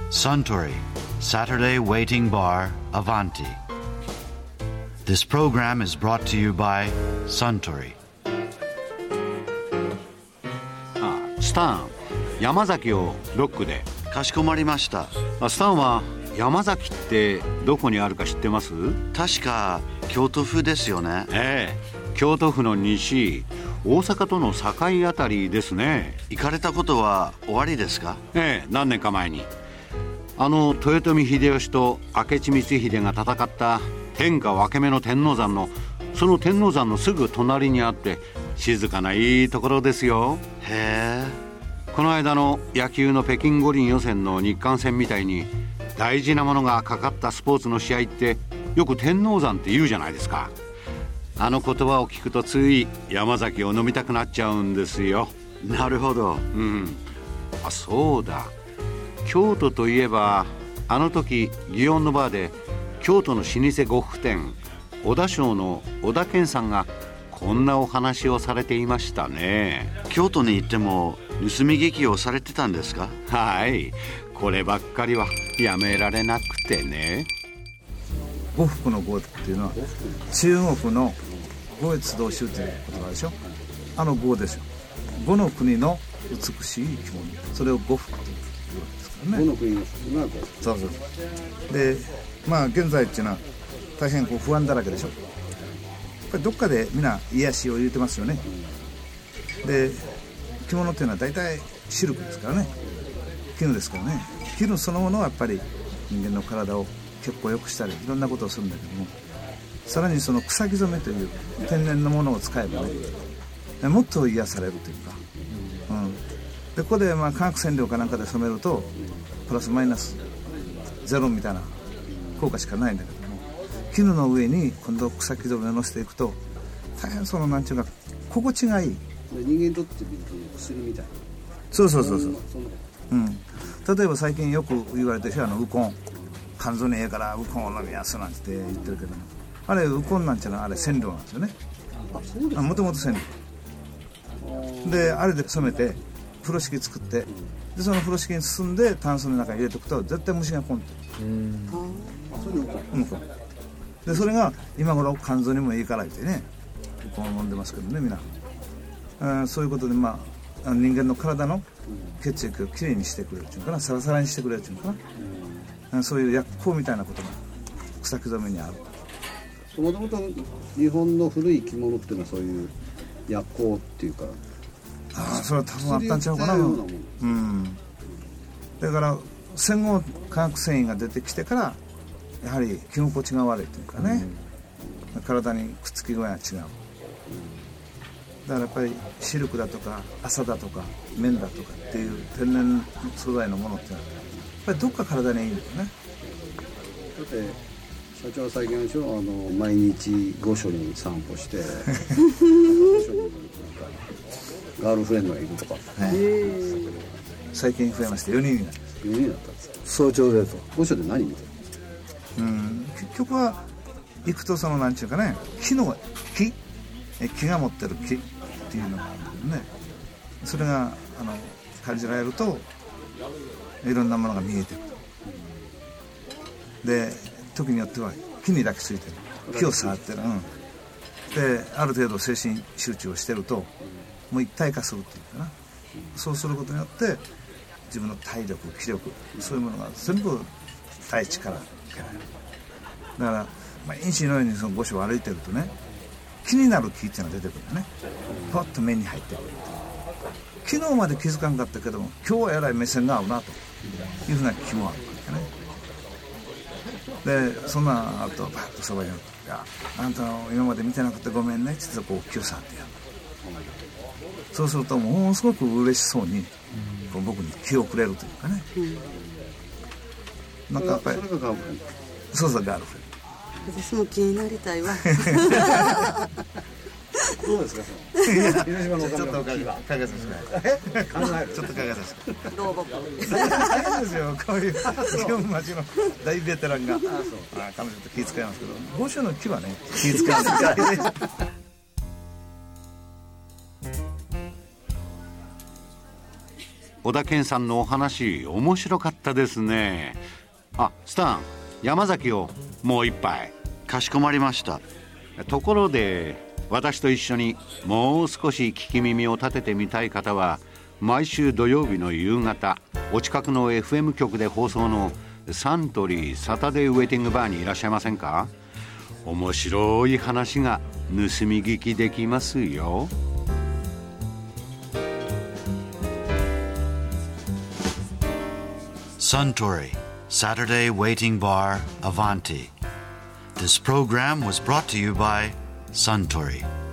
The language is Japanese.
Suntory Saturday Waiting Bar Avanti. This program is brought to you by Suntory. スタン、山崎をロックで。 かしこまりました。 スタンは山崎ってどこにあるか知ってます？ 確か京都府ですよね。 京都府の西、大阪との境あたりですね。 行かれたことはおありですか？ 何年か前に豊臣秀吉と明智光秀が戦った天下分け目の天王山のその天王山のすぐ隣にあって静かないいところですよ。 へえ。 この間の野球の北京五輪予選の日韓戦みたいに大事なものがかかったスポーツの試合ってよく天王山って言うじゃないですか。あの言葉を聞くとつい山崎を飲みたくなっちゃうんですよ。 なるほど。 そうだ、京都といえばあの時祇園のバーで京都の老舗呉服店小田商の小田健さんがこんなお話をされていましたね。 京都に行っても盗み劇をされてたんですか？ はい、こればっかりはやめられなくてね。 呉服の呉っていうのは中国の呉越道州という言葉でしょ。あの呉ですよ。呉の国の美しい着物、それを呉服というわけですからね。 呉の国の服が呉。 そうそう。で現在っていうのは大変不安だらけでしょ。やっぱりどっかでみんな癒しを言うてますよね。で着物っていうのは大体シルクですからね、絹ですからね。絹そのものはやっぱり人間の体を結構良くしたりいろんなことをするんだけども、さらにその草木染めという天然のものを使えばね、もっと癒されるというか、でここで化学染料かなんかで染めるとプラスマイナスゼロみたいな効果しかないんだけども、絹の上に今度草木染めをのせていくと大変そのなんていうか心地がいい。 人間にとってみると薬みたいな。 そう、例えば最近よく言われてるウコン、肝臓にええからウコンを飲みやすなんて言ってるけども、あれウコンなんていうのはあれ染料なんですよね。 そうですか。 もともと染料で、あれで染めて風呂敷作って、でその風呂敷に進んでタンスの中に入れておくと絶対虫が来んと。 それウコン。 でそれが今頃肝臓にもいいから言ってね、ウコンを飲んでますけどねみんな。そういうことで人間の体の血液をきれいにしてくれるっていうかな、サラサラにしてくれるっていうかな、そういう薬効みたいなことが草木染めにある。 もともと日本の古い着物っていうのはそういう薬効っていうか、 それは多分あったんちゃうかな。だから戦後化学繊維が出てきてからやはり着心地が悪いというかね、体にくっつき具合が違う。だからやっぱりシルクだとか麻だとか綿だとかっていう天然素材のものってのはやっぱりどっか体にいいんだよね。 だって社長は最近でしょ、毎日御所に散歩して御所になんかガールフレンドがいるとか、 最近増えまして4人になります。 4人だったんですか。 早朝デート。 御所で何見てるんですか？ 結局は行くとそのなんちゅうかね、木が持ってる木っていうのがあるんだけどね、それが感じられるといろんなものが見えてくる。で時によっては木に抱きついてる、木を触ってる、である程度精神集中をしてるともう一体化するっていうかな、そうすることによって自分の体力気力そういうものが全部大地から受けられる。だから毎日のようにその御所を歩いてるとね、気になる木っていうのが出てくるんだね。パッと目に入ってくる。昨日まで気づかんかったけども今日はえらい目線が合うなというふうな気もあるわけね。でそんなあとバッとそばに寄って「あんたの今まで見てなくてごめんね」って言ってこう木を触ってやる。そうするとものすごく嬉しそうにこう僕に気をくれるというかね、なんかやっぱりそれがガールフレンド。 そうガールフレンド。 私も気になりたいわ。 どうですか広島のお金は。 ちょっと考えさせて考える。ちょっと考えさせて。 老木。 大変ですよ。こういう祇園町の大ベテランが。彼女と気遣いますけど、御所の木はね気遣いますから。 小田健さんのお話面白かったですね。あ、スタン、山崎をもう一杯。 かしこまりました。 ところで私と一緒にもう少し聞き耳を立ててみたい方は、毎週土曜日の夕方お近くの FM 局で放送のサントリーサタデーウェイティングバーにいらっしゃいませんか？面白い話が盗み聞きできますよ。 Suntory Saturday Waiting Bar Avanti. This program was brought to you by Suntory.